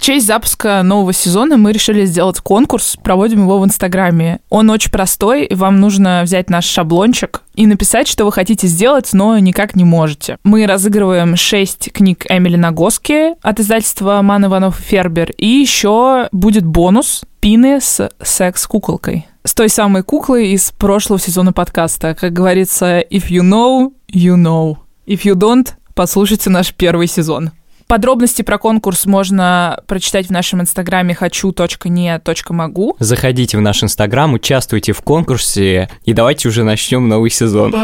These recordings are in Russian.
честь запуска нового сезона мы решили сделать конкурс, проводим его в Инстаграме. Он очень простой, и вам нужно взять наш шаблончик и написать, что вы хотите сделать, но никак не можете. Мы разыгрываем 6 книг Эмили Нагоски от издательства Ман, Иванов и Фербер, и еще будет бонус пины с секс-куколкой. С той самой куклой из прошлого сезона подкаста. Как говорится, if you know, you know. If you don't, послушайте наш первый сезон. Подробности про конкурс можно прочитать в нашем инстаграме хочу.не.могу. Заходите в наш инстаграм, участвуйте в конкурсе, и давайте уже начнем новый сезон.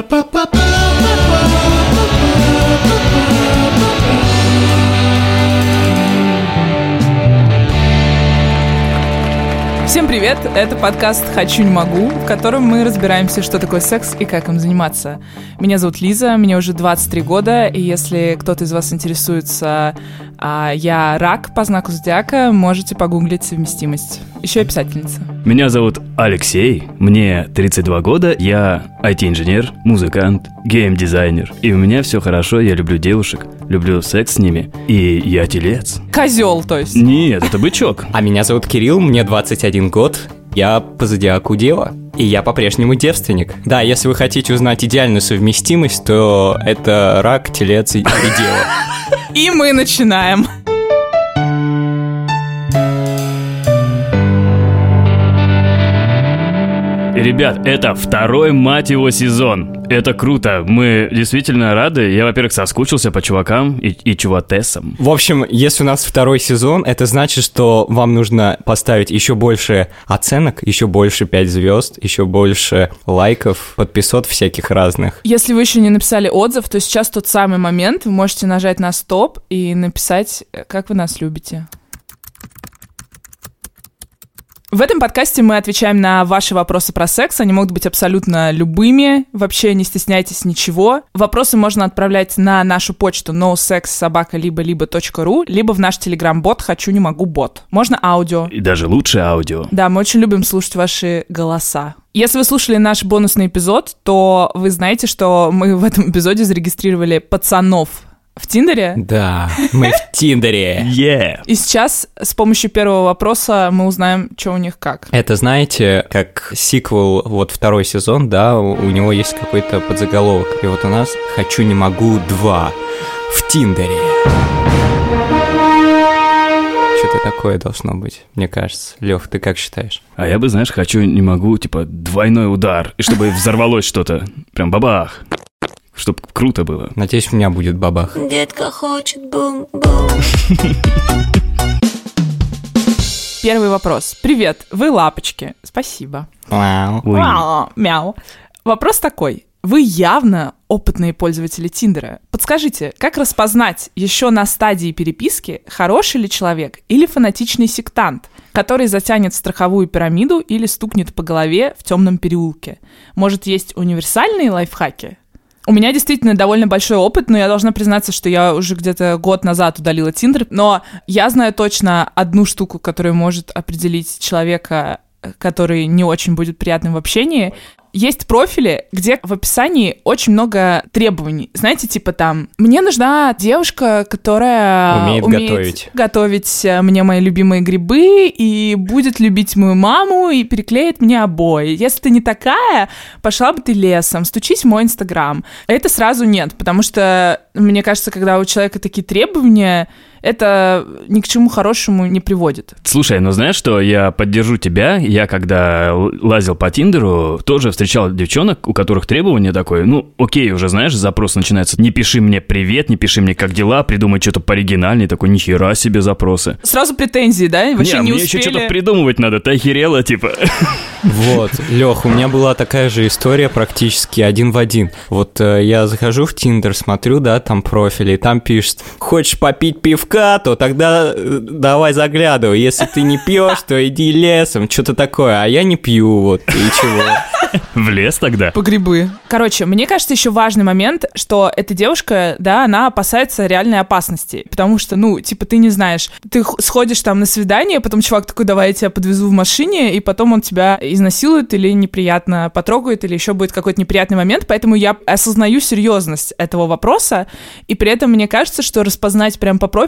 Всем привет! Это подкаст «Хочу, не могу», в котором мы разбираемся, что такое секс и как им заниматься. Меня зовут Лиза, мне уже 23 года, и если кто-то из вас интересуется, я рак по знаку зодиака, можете погуглить совместимость. Еще я писательница. Меня зовут Алексей, мне 32 года, я IT-инженер, музыкант, гейм-дизайнер. И у меня все хорошо, я люблю девушек, люблю секс с ними, и я телец. Козел, то есть? Нет, это бычок. А меня зовут Кирилл, мне 21 год, я по зодиаку дева, и я по-прежнему девственник. Да, если вы хотите узнать идеальную совместимость, то это рак, телец и дева. И мы начинаем. Ребят, это второй, мать его, сезон. Это круто. Мы действительно рады. Я, во-первых, соскучился по чувакам и чуватессам. В общем, если у нас второй сезон, это значит, что вам нужно поставить еще больше оценок, еще больше 5 звезд, еще больше лайков, подписок всяких разных. Если вы еще не написали отзыв, то сейчас тот самый момент. Вы можете нажать на стоп и написать, как вы нас любите. В этом подкасте мы отвечаем на ваши вопросы про секс. Они могут быть абсолютно любыми. Вообще не стесняйтесь ничего. Вопросы можно отправлять на нашу почту nosex@libo-libo.ru либо в наш телеграм-бот «Хочу, не могу» бот. Можно аудио. И даже лучше аудио. Да, мы очень любим слушать ваши голоса. Если вы слушали наш бонусный эпизод, то вы знаете, что мы в этом эпизоде зарегистрировали пацанов в Тиндере? Да, мы в Тиндере. Yeah. И сейчас с помощью первого вопроса мы узнаем, что у них как. Это, знаете, как сиквел, вот второй сезон, да, у него есть какой-то подзаголовок. И вот у нас «Хочу, не могу 2» в Тиндере. Что-то такое должно быть, мне кажется. Лёв, ты как считаешь? А я бы, знаешь, «Хочу, не могу», типа двойной удар, и чтобы взорвалось что-то. Прям бабах. Чтоб круто было. Надеюсь, у меня будет бабах. Детка хочет бум-бум. Первый вопрос. Привет, вы лапочки. Спасибо. Вау. Мяу. Мяу. Вопрос такой. Вы явно опытные пользователи Тиндера. Подскажите, как распознать еще на стадии переписки, хороший ли человек или фанатичный сектант, который затянет страховую пирамиду или стукнет по голове в темном переулке? Может, есть универсальные лайфхаки? У меня действительно довольно большой опыт, но я должна признаться, что я уже где-то год назад удалила Тиндер, но я знаю точно одну штуку, которая может определить человека, который не очень будет приятным в общении. Есть профили, где в описании очень много требований. Знаете, типа там, мне нужна девушка, которая умеет готовить мне мои любимые грибы и будет любить мою маму и переклеит мне обои. Если ты не такая, пошла бы ты лесом, стучись в мой инстаграм. Это сразу нет, потому что, мне кажется, когда у человека такие требования, это ни к чему хорошему не приводит. Слушай, ну знаешь что, я поддержу тебя. Я когда лазил по Тиндеру, тоже встречал девчонок, у которых требования такое, ну окей, уже знаешь, запрос начинается: не пиши мне привет, не пиши мне как дела, придумай что-то пооригинальнее, такой нихера себе запросы. Сразу претензии, да? Вообще не мне успели. еще что-то придумывать надо, ты охерела, типа. Вот, Лёх, у меня была такая же история практически один в один. Вот я захожу в Тиндер, смотрю, да, там профили, там пишет: хочешь попить пивка, то тогда давай заглядывай. Если ты не пьешь, то иди лесом, что-то такое. А я не пью, вот, и чего. В лес тогда? По грибы. Короче, мне кажется, еще важный момент, что эта девушка, да, она опасается реальной опасности. Потому что, ну, типа, ты не знаешь, ты сходишь там на свидание, потом чувак такой: давай я тебя подвезу в машине, и потом он тебя изнасилует или неприятно потрогает, или еще будет какой-то неприятный момент. Поэтому я осознаю серьезность этого вопроса, и при этом мне кажется, что распознать прям по профилю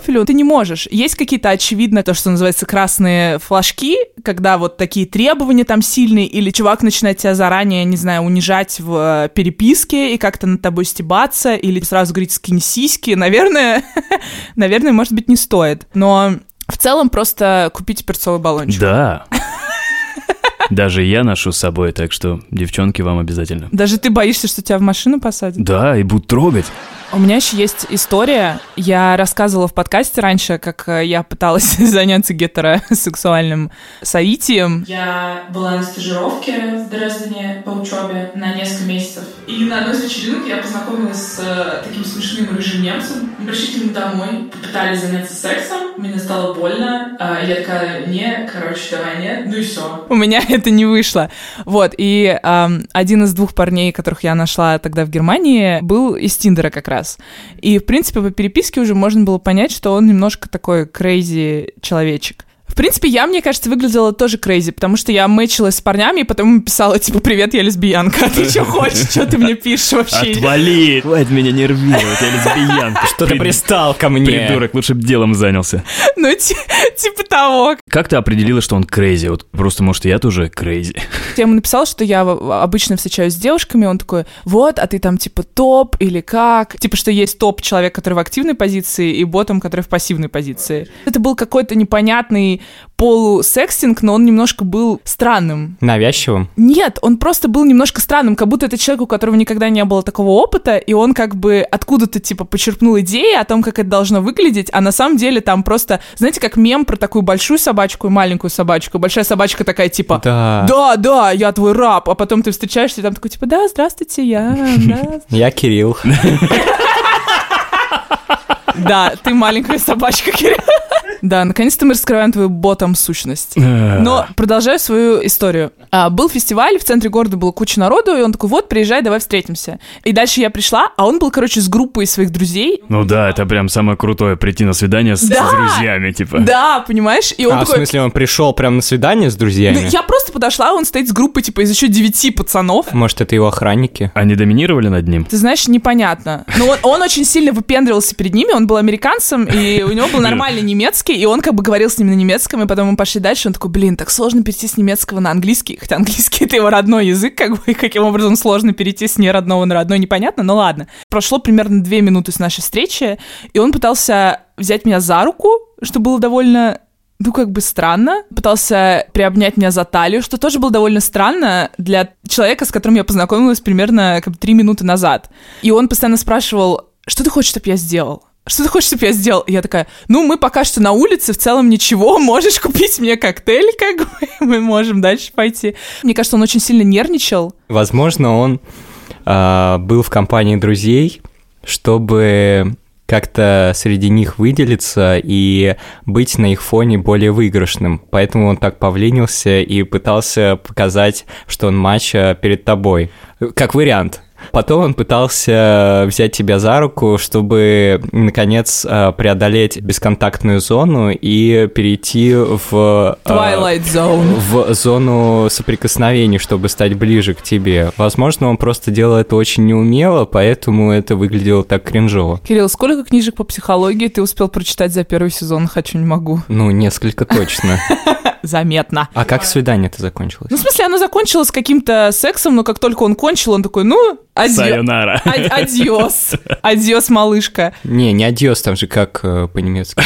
профилю, ты не можешь. Есть какие-то, очевидно, то, что называется красные флажки, когда вот такие требования там сильные, или чувак начинает тебя заранее, не знаю, унижать в переписке и как-то над тобой стебаться, или сразу говорить «скинь сиськи». Наверное, может быть, не стоит. Но в целом просто купите перцовый баллончик. Да. Даже я ношу с собой, так что, девчонки, вам обязательно. Даже ты боишься, что тебя в машину посадят? Да, и будут трогать. У меня еще есть история. Я рассказывала в подкасте раньше, как я пыталась заняться гетеросексуальным соитием. Я была на стажировке в Дрездене по учебе на несколько месяцев. И на одной из вечеринок я познакомилась с таким смешным рыжим немцем. Мы пришли к нему домой, попытались заняться сексом. Мне стало больно. Я такая, давай нет. Ну и все. У меня это не вышло. Вот, и один из двух парней, которых я нашла тогда в Германии, был из Тиндера как раз. И, в принципе, по переписке уже можно было понять, что он немножко такой крейзи человечек. В принципе, мне кажется, выглядела тоже крейзи, потому что я мэчилась с парнями, и потом ему писала, типа, «Привет, я лесбиянка, а ты что хочешь? Что ты мне пишешь вообще?» Отвали! Хватит меня нервировать, я лесбиянка. Что ты пристал ко мне? Придурок, лучше бы делом занялся. Ну, типа того. Как ты определила, что он крейзи? Вот просто, может, я тоже крейзи. Я ему написала, что я обычно встречаюсь с девушками, он такой, вот, а ты там, типа, топ или как? Типа, что есть топ-человек, который в активной позиции, и ботом, который в пассивной позиции. Это был какой-то непонятный полусекстинг, но он немножко был странным. Навязчивым? Нет, он просто был немножко странным, как будто это человек, у которого никогда не было такого опыта, и он как бы откуда-то, типа, почерпнул идеи о том, как это должно выглядеть, а на самом деле там просто, знаете, как мем про такую большую собачку и маленькую собачку. Большая собачка такая, типа, да, я твой раб, а потом ты встречаешься и там такой, типа, да, здравствуйте, Я Кирилл. Да, ты маленькая собачка, Кирилл. Да, наконец-то мы раскрываем твою ботом-сущность. Но продолжаю свою историю. Был фестиваль, в центре города была куча народу, и он такой, вот, приезжай, давай встретимся. И дальше я пришла, а он был, короче, с группой своих друзей. Ну да, это прям самое крутое, прийти на свидание с друзьями, типа. Да, понимаешь? И он такой... в смысле, он пришел прям на свидание с друзьями? Ну, я просто подошла, он стоит с группой, типа, из еще 9 пацанов. Может, это его охранники? Они доминировали над ним? Ты знаешь, непонятно. Но он очень сильно выпендривался перед ними, он был американцем, и у него был нормальный немецкий, и он как бы говорил с ними на немецком, и потом мы пошли дальше, он такой, блин, так сложно перейти с немецкого на английский, хотя английский — это его родной язык, как бы, и каким образом сложно перейти с неродного на родной, непонятно, но ладно. Прошло примерно 2 минуты с нашей встречи, и он пытался взять меня за руку, что было довольно... Ну, как бы странно. Пытался приобнять меня за талию, что тоже было довольно странно для человека, с которым я познакомилась примерно 3 минуты назад. И он постоянно спрашивал, что ты хочешь, чтобы я сделал? Что ты хочешь, чтобы я сделал? И я такая, ну, мы пока что на улице, в целом ничего, можешь купить мне коктейль, как бы, мы можем дальше пойти. Мне кажется, он очень сильно нервничал. Возможно, он был в компании друзей, чтобы... как-то среди них выделиться и быть на их фоне более выигрышным. Поэтому он так повленился и пытался показать, что он мачо перед тобой. Как вариант. Потом он пытался взять тебя за руку, чтобы, наконец, преодолеть бесконтактную зону и перейти в... Twilight Zone. В зону соприкосновений, чтобы стать ближе к тебе. Возможно, он просто делал это очень неумело, поэтому это выглядело так кринжово. Кирилл, сколько книжек по психологии ты успел прочитать за первый сезон? Хочу, не могу. Ну, несколько точно. Заметно. А как свидание-то закончилось? Ну, в смысле, оно закончилось каким-то сексом, но как только он кончил, он такой, ну, сайонара. Адьос. Адьос, малышка. Не адьос, там же как по-немецки.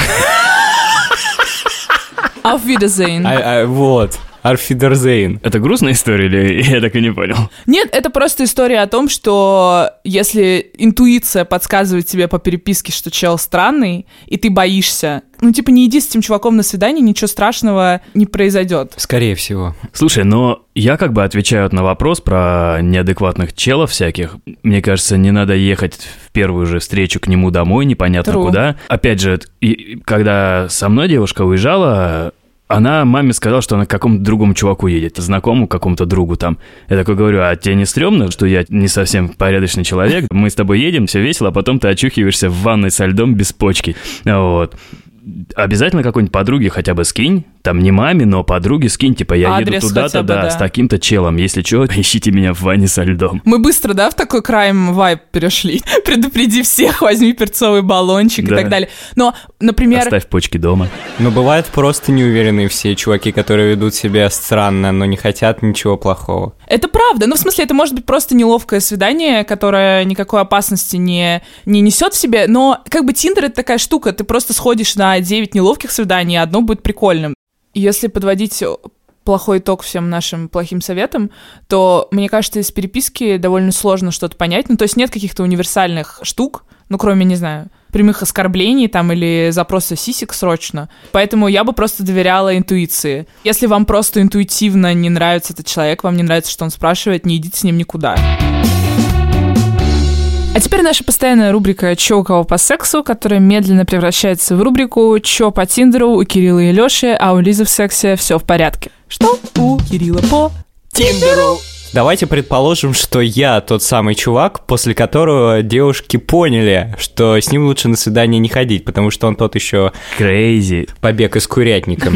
Auf Wiedersehen. Вот. Арфидерзейн. Это грустная история или я так и не понял? Нет, это просто история о том, что если интуиция подсказывает тебе по переписке, что чел странный, и ты боишься, ну, типа, не иди с этим чуваком на свидание, ничего страшного не произойдет. Скорее всего. Слушай, но я как бы отвечаю на вопрос про неадекватных челов всяких. Мне кажется, не надо ехать в первую же встречу к нему домой, непонятно куда. Опять же, когда со мной девушка уезжала... Она маме сказала, что она к какому-то другому чуваку едет, знакомому какому-то другу там. Я такой говорю, а тебе не стрёмно, что я не совсем порядочный человек? Мы с тобой едем, все весело, а потом ты очухиваешься в ванной со льдом без почки. Вот. Обязательно какой-нибудь подруге хотя бы скинь, там не маме, но подруге скинь, типа, я Адрес еду туда-то, хотя бы, да. с таким-то челом. Если что, ищите меня в ванне со льдом. Мы быстро, да, в такой крайм-вайб перешли. Предупреди всех, возьми перцовый баллончик Да. и так далее. Но, например... Оставь почки дома. Но бывают просто неуверенные все чуваки, которые ведут себя странно, но не хотят ничего плохого. Это правда. Ну, в смысле, это может быть просто неловкое свидание, которое никакой опасности не несет в себе. Но как бы Тиндер — это такая штука. Ты просто сходишь на 9 неловких свиданий, и одно будет прикольным. Если подводить плохой итог всем нашим плохим советам, то, мне кажется, из переписки довольно сложно что-то понять. Ну, то есть нет каких-то универсальных штук, ну, кроме, не знаю, прямых оскорблений там или запроса сисек срочно. Поэтому я бы просто доверяла интуиции. Если вам просто интуитивно не нравится этот человек, вам не нравится, что он спрашивает, не идите с ним никуда. А теперь наша постоянная рубрика «Чё у кого по сексу», которая медленно превращается в рубрику «Чё по Тиндеру у Кирилла и Лёши, а у Лизы в сексе все в порядке». Что у Кирилла по Тиндеру? Давайте предположим, что я тот самый чувак, после которого девушки поняли, что с ним лучше на свидание не ходить, потому что он тот еще Крейзи. побег из курятника.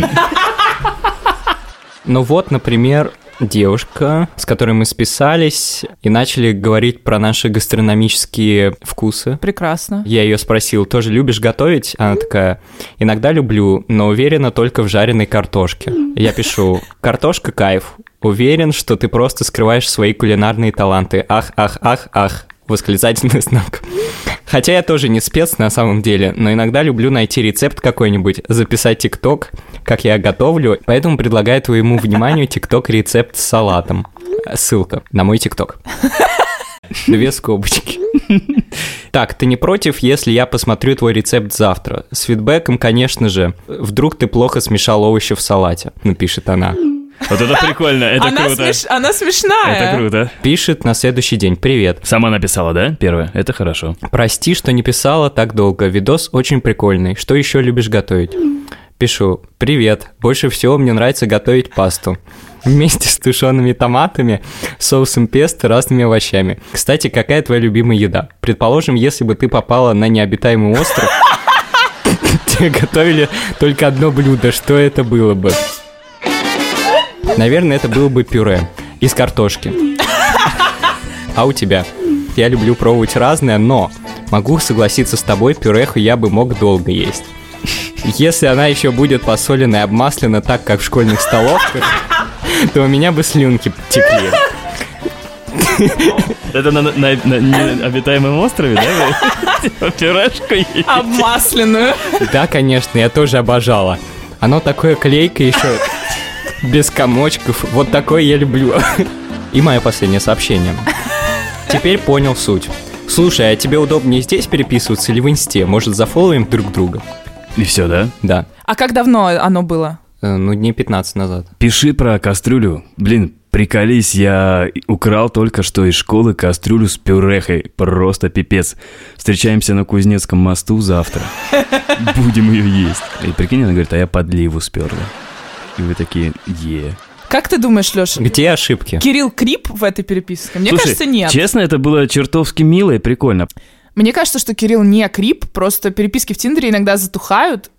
Ну вот, например, девушка, с которой мы списались и начали говорить про наши гастрономические вкусы. Прекрасно. Я ее спросил, тоже любишь готовить? Она такая, иногда люблю, но уверена только в жареной картошке. Я пишу, картошка кайф. Уверен, что ты просто скрываешь свои кулинарные таланты. Ах, ах, ах, ах. Восклицательный знак. Хотя я тоже не спец на самом деле, но иногда люблю найти рецепт какой-нибудь, записать тикток, как я готовлю, поэтому предлагаю твоему вниманию тикток-рецепт с салатом. Ссылка на мой тикток. 2 скобочки. Так, ты не против, если я посмотрю твой рецепт завтра? С фидбэком, конечно же. Вдруг ты плохо смешал овощи в салате, напишет она. Вот это прикольно, это круто. Она смешная. Это круто. Пишет на следующий день. Привет. Сама написала, да? Первое. Это хорошо. Прости, что не писала так долго. Видос очень прикольный. Что еще любишь готовить? Пишу. Привет. Больше всего мне нравится готовить пасту. Вместе с тушеными томатами, соусом песто, разными овощами. Кстати, какая твоя любимая еда? Предположим, если бы ты попала на необитаемый остров, тебе готовили только одно блюдо. Что это было бы? Наверное, это было бы пюре из картошки. А у тебя? Я люблю пробовать разное, но могу согласиться с тобой, пюреху я бы мог долго есть. Если она еще будет посолена и обмаслена так, как в школьных столовках, то у меня бы слюнки текли. Это на необитаемом острове, да? Типа пюрешку есть. Обмасленную. Да, конечно, я тоже обожала. Оно такое клейкое еще, без комочков. Вот такое я люблю. И мое последнее сообщение. Теперь понял суть. Слушай, а тебе удобнее здесь переписываться или в инсте? Может, зафолловим друг друга? И все, да? Да. А как давно оно было? Ну, дней 15 назад. Пиши про кастрюлю. Блин, приколись, я украл только что из школы кастрюлю с пюрехой. Просто пипец. Встречаемся на Кузнецком мосту завтра. Будем ее есть. И прикинь, она говорит, а я подливу сперла. И вы такие, Как ты думаешь, Лёша? Где ошибки? Кирилл крип в этой переписке? Мне Слушай, кажется, нет. Честно, это было чертовски мило и прикольно. Мне кажется, что Кирилл не крип, просто переписки в Тиндере иногда затухают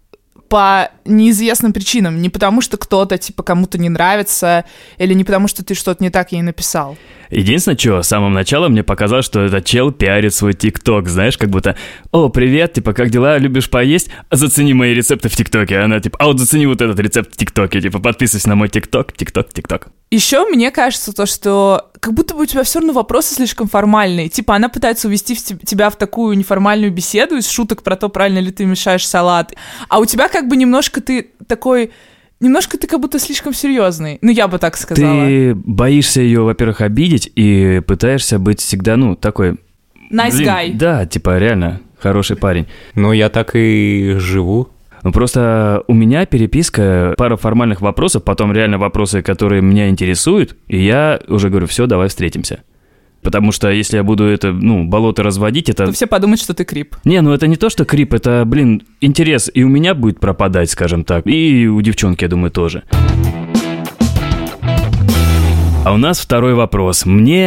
по неизвестным причинам. Не потому, что кто-то, типа, кому-то не нравится, или не потому, что ты что-то не так ей написал. Единственное, что с самого начала мне показалось, что этот чел пиарит свой ТикТок, знаешь, как будто «О, привет, типа, как дела, любишь поесть? Зацени мои рецепты в ТикТоке». А она типа «А вот зацени вот этот рецепт в ТикТоке, типа, подписывайся на мой ТикТок, ТикТок, ТикТок». Еще мне кажется то, что как будто бы у тебя все равно вопросы слишком формальные. Типа она пытается увести тебя в такую неформальную беседу из шуток про то, правильно ли ты мешаешь салат. А у тебя как бы немножко ты такой... Немножко ты как будто слишком серьезный. Ну, я бы так сказала. Ты боишься ее, во-первых, обидеть и пытаешься быть всегда, ну, такой... Nice guy. Да, типа, реально, хороший парень. Ну, я так и живу. Ну, просто у меня переписка, пара формальных вопросов, потом реально вопросы, которые меня интересуют, и я уже говорю, все, давай встретимся. Потому что если я буду это, ну, болото разводить, это... То все подумают, что ты крип. Не, ну это не то, что крип, это, блин, интерес и у меня будет пропадать, скажем так, и у девчонки, я думаю, тоже. А у нас второй вопрос. Мне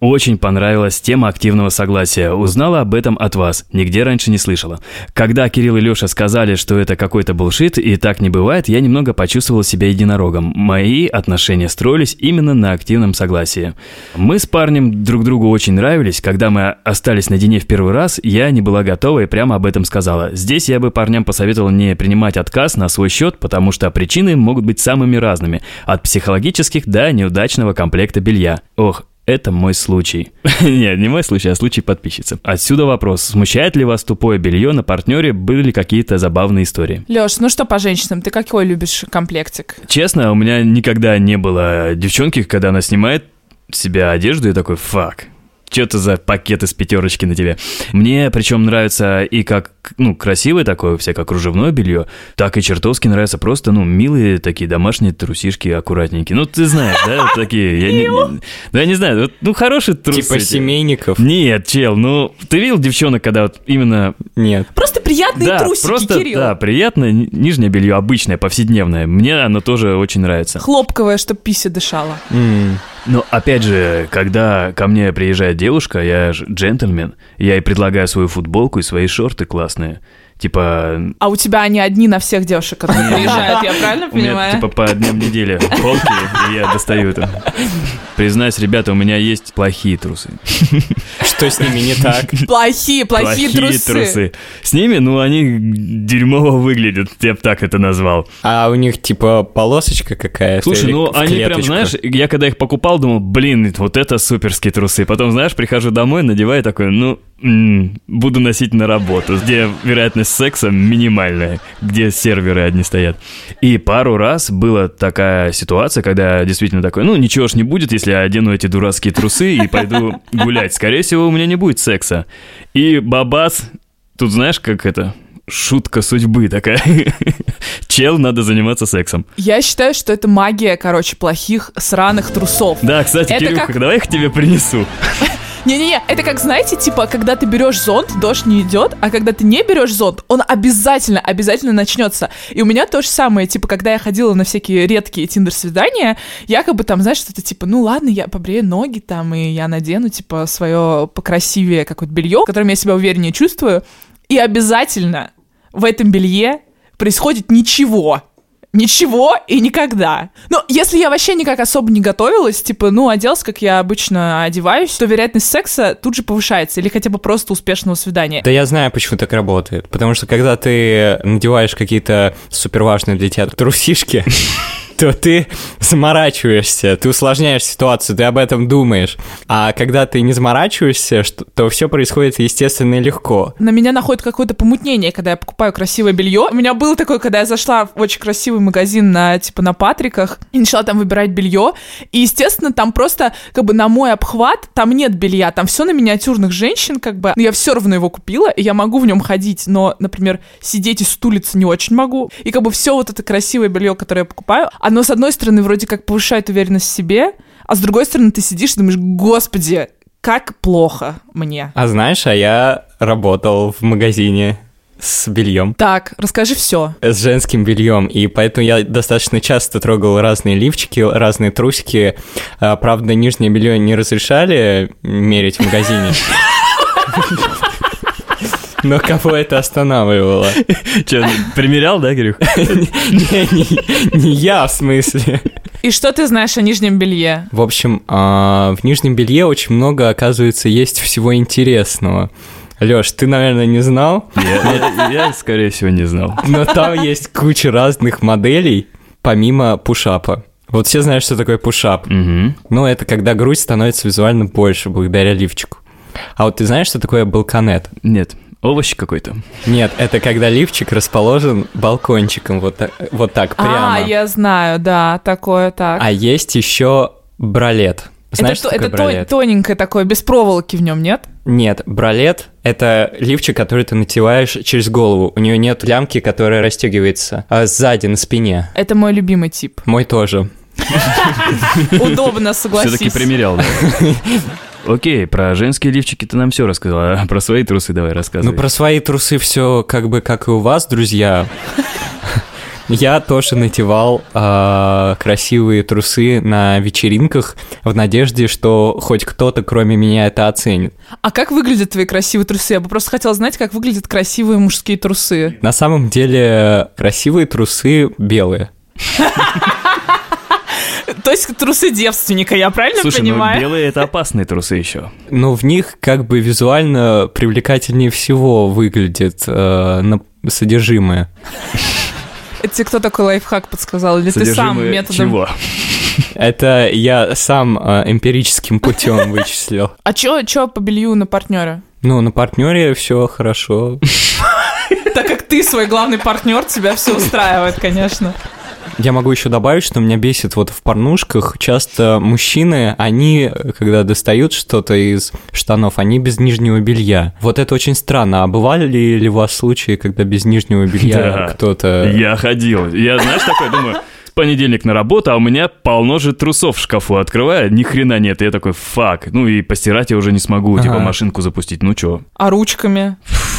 очень понравилась тема активного согласия. Узнала об этом от вас. Нигде раньше не слышала. Когда Кирилл и Леша сказали, что это какой-то булшит и так не бывает, я немного почувствовал себя единорогом. Мои отношения строились именно на активном согласии. Мы с парнем друг другу очень нравились. Когда мы остались наедине в первый раз, я не была готова и прямо об этом сказала. Здесь я бы парням посоветовал не принимать отказ на свой счет, потому что причины могут быть самыми разными. От психологических до неудачного комплекта белья. Ох, это мой случай. Нет, не мой случай, а случай подписчицы. Отсюда вопрос. Смущает ли вас тупое белье на партнере? Были ли какие-то забавные истории? Лёш, ну что по женщинам? Ты какой любишь комплектик? Честно, у меня никогда не было девчонки, когда она снимает с себя одежду, и такой, фак. Что это за пакет из 5 на тебе? Мне причем нравится и как, красивое такое, всякое кружевное белье, так и чертовски нравятся просто, милые такие домашние трусишки, аккуратненькие. Ты знаешь, да, вот такие. Я не знаю, хорошие трусы. Типа семейников? Нет, чел, ты видел девчонок, когда вот именно... Нет. Просто приятные трусики, Кирилл. Да, приятное нижнее белье, обычное, повседневное. Мне оно тоже очень нравится. Хлопковое, чтоб пися дышала. Но, опять же, когда ко мне приезжает девушка, я же джентльмен, я ей предлагаю свою футболку и свои шорты классные. Типа... А у тебя они одни на всех девушек, которые приезжают, я правильно понимаю? У меня, по дням недели полки, и я достаю это. Признаюсь, ребята, у меня есть плохие трусы. Что с ними не так? Плохие трусы. С ними, они дерьмово выглядят, я бы так это назвал. А у них, типа, полосочка какая-то? Слушай, они прям, знаешь, я когда их покупал, думал, вот это суперские трусы. Потом, знаешь, прихожу домой, надеваю такой, буду носить на работу, где вероятность секса минимальная, где серверы одни стоят. И пару раз была такая ситуация, когда действительно такой, ничего ж не будет, если я одену эти дурацкие трусы и пойду гулять. Скорее всего, у меня не будет секса. И бабац, тут знаешь, как это... Шутка судьбы такая. Чел, надо заниматься сексом. Я считаю, что это магия, плохих сраных трусов. Да, кстати, это Кирюха, давай я их тебе принесу. Не-не-не, это как, знаете, когда ты берешь зонт, дождь не идет, а когда ты не берешь зонт, он обязательно начнется. И у меня то же самое, когда я ходила на всякие редкие тиндер-свидания, якобы там, знаешь, что-то ладно, я побрею ноги там, и я надену, свое покрасивее какое-то белье, в котором я себя увереннее чувствую, и обязательно в этом белье происходит ничего и никогда. Если я вообще никак особо не готовилась, оделась, как я обычно одеваюсь, то вероятность секса тут же повышается, или хотя бы просто успешного свидания. Да я знаю, почему так работает. Потому что когда ты надеваешь какие-то суперважные для тебя трусишки, то ты заморачиваешься, ты усложняешь ситуацию, ты об этом думаешь. А когда ты не заморачиваешься, то все происходит естественно и легко. На меня находит какое-то помутнение, когда я покупаю красивое белье. У меня было такое, когда я зашла в очень красивый магазин на Патриках и начала там выбирать белье. И, естественно, там просто на мой обхват, там нет белья, там все на миниатюрных женщин, но я все равно его купила, и я могу в нем ходить, но, например, сидеть и стулиться не очень могу. И все вот это красивое белье, которое я покупаю, оно, с одной стороны, вроде как повышает уверенность в себе, а с другой стороны, ты сидишь и думаешь, господи, как плохо мне. А знаешь, я работал в магазине с бельем. Так, расскажи все. С женским бельем, и поэтому я достаточно часто трогал разные лифчики, разные трусики. Правда, нижнее белье не разрешали мерить в магазине. Но кого это останавливало? Че, примерял, да, Кирюх? Не я, в смысле. И что ты знаешь о нижнем белье? В общем, в нижнем белье очень много, оказывается, есть всего интересного. Лёш, ты, наверное, не знал? Я, скорее всего, не знал. Но там есть куча разных моделей, помимо пушапа. Вот все знают, что такое пушап. Но это когда грудь становится визуально больше благодаря лифчику. А вот ты знаешь, что такое балконет? Нет. Овощ какой-то? Нет, это когда лифчик расположен балкончиком вот так прямо. Я знаю, да, такое так. А есть еще бралет. Знаешь, что такое бралет? Это тоненькое такое, без проволоки в нем, нет? Нет, бралет — это лифчик, который ты надеваешь через голову. У нее нет лямки, которая расстегивается сзади на спине. Это мой любимый тип. Мой тоже. Удобно, согласись. Все-таки примерял, да? Окей, про женские лифчики ты нам все рассказал, а про свои трусы давай рассказывай. Про свои трусы все как и у вас, друзья. Я тоже надевал красивые трусы на вечеринках в надежде, что хоть кто-то, кроме меня, это оценит. А как выглядят твои красивые трусы? Я бы просто хотела знать, как выглядят красивые мужские трусы. На самом деле, красивые трусы белые. То есть трусы девственника, я правильно понимаю? Слушай, белые — это опасные трусы еще. Но в них как бы визуально привлекательнее всего выглядит содержимое. Это тебе кто такой лайфхак подсказал? Или ты сам Содержимое методом... чего? Это я сам эмпирическим путем вычислил. А чё по белью на партнера? Ну, на партнере все хорошо. Так как ты свой главный партнер, тебя все устраивает, конечно. Я могу еще добавить, что меня бесит вот в порнушках часто мужчины, они, когда достают что-то из штанов, они без нижнего белья. Вот это очень странно. А бывали ли у вас случаи, когда без нижнего белья кто-то... Я ходил. Я, знаешь, такой думаю... Понедельник на работу, а у меня полно же трусов в шкафу. Открываю, ни хрена нет. И я такой, фак. Ну и постирать я уже не смогу, типа машинку запустить. Ну чё? А ручками?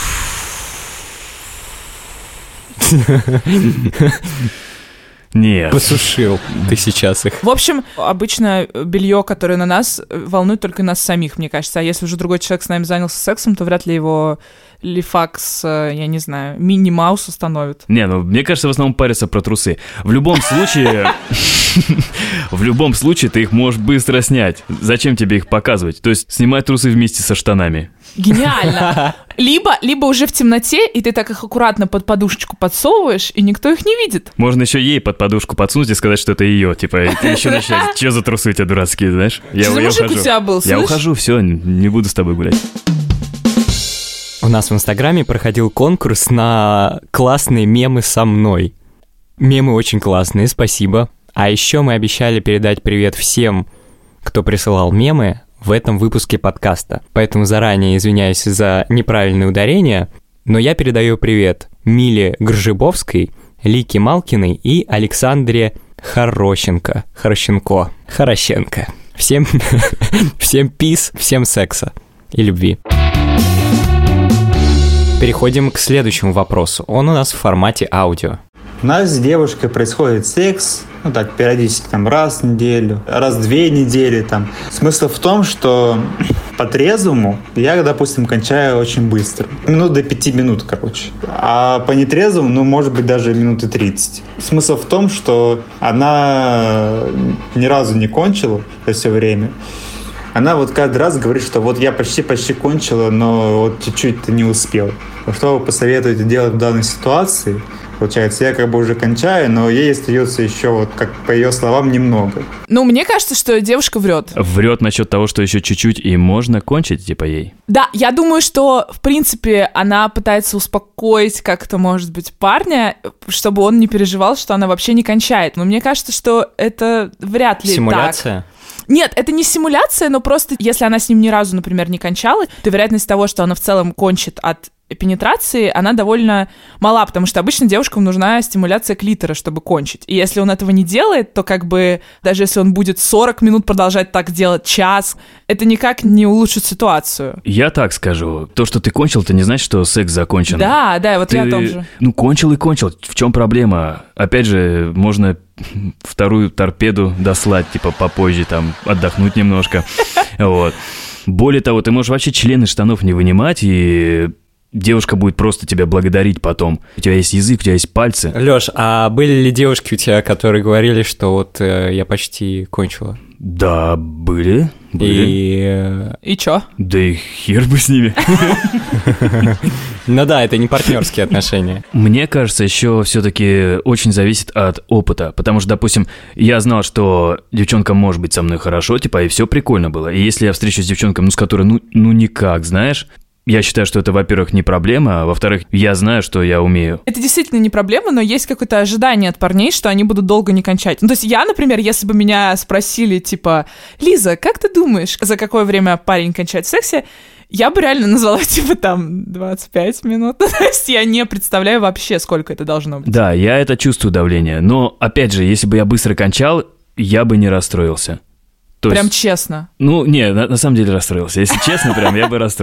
Нет. Посушил ты сейчас их. В общем, обычно белье, которое на нас, волнует только нас самих, мне кажется. А если уже другой человек с нами занялся сексом, то вряд ли его лифакс, я не знаю, мини-маус установит. Не, ну мне кажется, в основном парятся про трусы. В любом случае... В любом случае ты их можешь быстро снять. Зачем тебе их показывать? То есть снимай трусы вместе со штанами. Гениально! Либо уже в темноте, и ты так их аккуратно под подушечку подсовываешь, и никто их не видит. Можно еще ей под подушку подсунуть и сказать, что это ее. Типа, и ты еще начнешь. Че за трусы у тебя дурацкие, знаешь? Что за мужик у тебя был, Я ухожу, все, не буду с тобой гулять. У нас в Инстаграме проходил конкурс на классные мемы со мной. Мемы очень классные, спасибо. А еще мы обещали передать привет всем, кто присылал мемы в этом выпуске подкаста. Поэтому заранее извиняюсь за неправильное ударение, но я передаю привет Миле Гржибовской, Лике Малкиной и Александре Хорощенко. Всем пис, всем секса и любви. Переходим к следующему вопросу. Он у нас в формате аудио. У нас с девушкой происходит секс, ну так, периодически, там, раз в неделю, раз в 2 недели, там. Смысл в том, что по-трезвому я, допустим, кончаю очень быстро. Минут до 5 минут, короче. А по нетрезвому, ну, может быть, даже минуты 30. Смысл в том, что она ни разу не кончила за все время. Она вот каждый раз говорит, что вот я почти кончила, но вот чуть-чуть не успел. Что вы посоветуете делать в данной ситуации? Получается, я как бы уже кончаю, но ей остается еще, вот как по ее словам, немного. Ну, мне кажется, что девушка врет. Врет насчет того, что еще чуть-чуть и можно кончить, типа, ей. Да, я думаю, что, в принципе, она пытается успокоить как-то, может быть, парня, чтобы он не переживал, что она вообще не кончает. Но мне кажется, что это вряд ли Симуляция? так. Нет, это не симуляция, но просто если она с ним ни разу, например, не кончала, то вероятность того, что она в целом кончит от пенетрации, она довольно мала, потому что обычно девушкам нужна стимуляция клитора, чтобы кончить. И если он этого не делает, то как бы даже если он будет 40 минут продолжать так делать, час, это никак не улучшит ситуацию. Я так скажу. То, что ты кончил, это не значит, что секс закончен. Да, вот ты, я о том же. Ну, кончил и кончил. В чем проблема? Опять же, можно вторую торпеду дослать, типа, попозже, там, отдохнуть немножко. Вот. Более того, ты можешь вообще член из штанов не вынимать, и девушка будет просто тебя благодарить потом. У тебя есть язык, у тебя есть пальцы. Лёш, а были ли девушки у тебя, которые говорили, что вот я почти кончила? Да, были. И чё? Да и хер бы с ними. Ну да, это не партнерские отношения. Мне кажется, еще все-таки очень зависит от опыта. Потому что, допустим, я знал, что девчонка может быть со мной хорошо, типа, и все прикольно было. И если я встречусь с девчонкой, с которой, ну никак, знаешь... Я считаю, что это, во-первых, не проблема, а во-вторых, я знаю, что я умею. Это действительно не проблема, но есть какое-то ожидание от парней, что они будут долго не кончать. Ну, то есть я, например, если бы меня спросили, типа, Лиза, как ты думаешь, за какое время парень кончает в сексе, я бы реально назвала, типа, там, 25 минут. То есть я не представляю вообще, сколько это должно быть. Да, я это чувствую давление, но, опять же, если бы я быстро кончал, я бы не расстроился. Прям честно? Ну, не, на самом деле расстроился. Если честно, прям я бы расстроился.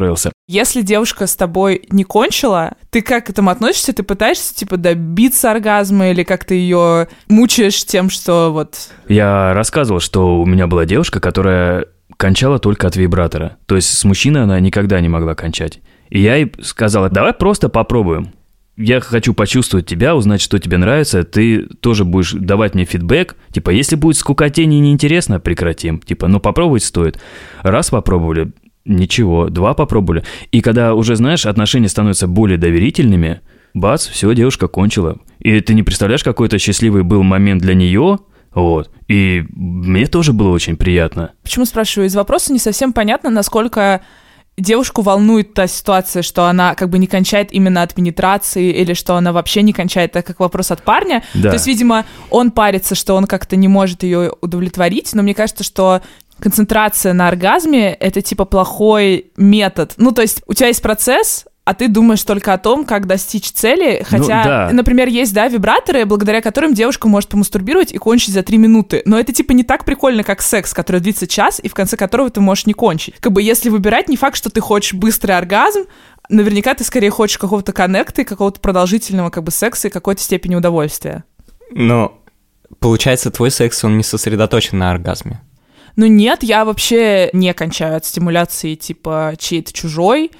Если девушка с тобой не кончила, ты как к этому относишься? Ты пытаешься, типа, добиться оргазма или как-то ее мучаешь тем, что вот... Я рассказывал, что у меня была девушка, которая кончала только от вибратора. То есть с мужчиной она никогда не могла кончать. И я ей сказал, давай просто попробуем. Я хочу почувствовать тебя, узнать, что тебе нравится. Ты тоже будешь давать мне фидбэк. Типа, если будет скукотень и неинтересно, прекратим. Типа, ну попробовать стоит. Раз попробовали... Ничего, 2 попробовали. И когда уже, знаешь, отношения становятся более доверительными, бац, все, девушка кончила. И ты не представляешь, какой это счастливый был момент для нее. Вот. И мне тоже было очень приятно. Почему спрашиваю? Из вопроса не совсем понятно, насколько девушку волнует та ситуация, что она как бы не кончает именно от пенетрации, или что она вообще не кончает, так как вопрос от парня. Да. То есть, видимо, он парится, что он как-то не может ее удовлетворить, но мне кажется, что концентрация на оргазме — это типа плохой метод. Ну, то есть у тебя есть процесс, а ты думаешь только о том, как достичь цели, хотя, да. Например, есть, да, вибраторы, благодаря которым девушка может помастурбировать и кончить за 3 минуты, но это типа не так прикольно, как секс, который длится час, и в конце которого ты можешь не кончить. Как бы если выбирать, не факт, что ты хочешь быстрый оргазм, наверняка ты скорее хочешь какого-то коннекта и какого-то продолжительного как бы секса и какой-то степени удовольствия. Но получается, твой секс, он не сосредоточен на оргазме. Ну нет, я вообще не кончаю от стимуляции типа чьей-то чужой,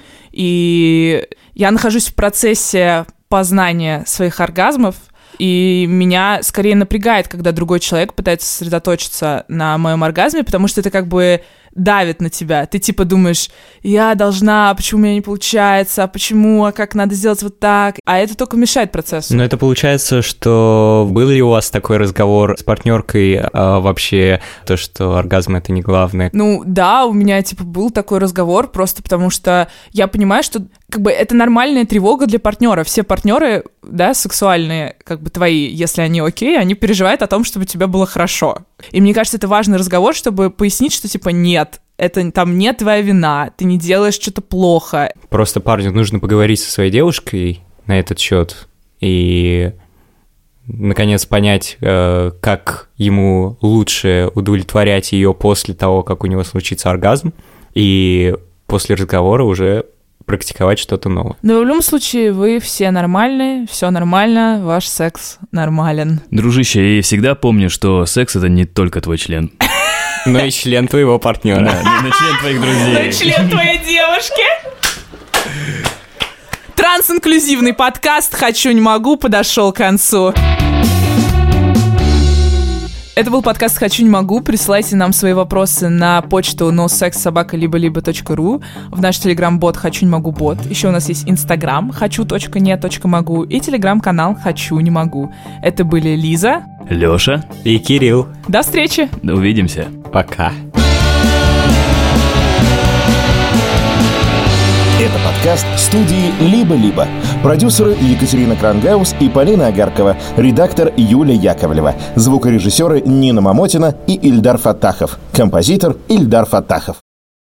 и я нахожусь в процессе познания своих оргазмов, и меня скорее напрягает, когда другой человек пытается сосредоточиться на моем оргазме, потому что это как бы давит на тебя. Ты типа думаешь, я должна, почему у меня не получается, почему, а как надо сделать вот так. А это только мешает процессу. Но это получается, что был ли у вас такой разговор с партнеркой вообще, то, что оргазм — это не главное? Ну да, у меня типа был такой разговор, просто потому что я понимаю, что как бы это нормальная тревога для партнера. Все партнеры, да, сексуальные, как бы твои, если они окей, они переживают о том, чтобы тебе было хорошо. И мне кажется, это важный разговор, чтобы пояснить, что типа нет, это там не твоя вина, ты не делаешь что-то плохо. Просто парню нужно поговорить со своей девушкой на этот счет и, наконец, понять, как ему лучше удовлетворять ее после того, как у него случится оргазм, и после разговора уже практиковать что-то новое. Но в любом случае вы все нормальные, все нормально, ваш секс нормален. Дружище, и всегда помни, что секс — это не только твой член. Но и член твоего партнера. Да, но член твоих друзей. Член твоей девушки. Трансинклюзивный подкаст «Хочу, не могу» подошел к концу. Это был подкаст «Хочу, не могу». Присылайте нам свои вопросы на почту nosexsobaka.libo.libo.ru, в наш телеграм-бот «Хочу, не могу» бот. Еще у нас есть инстаграм хочу.не.могу и телеграм-канал «Хочу, не могу». Это были Лиза, Лёша И Кирилл. До встречи! Увидимся. Пока. Это подкаст студии «Либо-либо». Продюсеры Екатерина Крангаус и Полина Агаркова. Редактор Юлия Яковлева. Звукорежиссеры Нина Мамотина и Ильдар Фаттахов. Композитор Ильдар Фаттахов.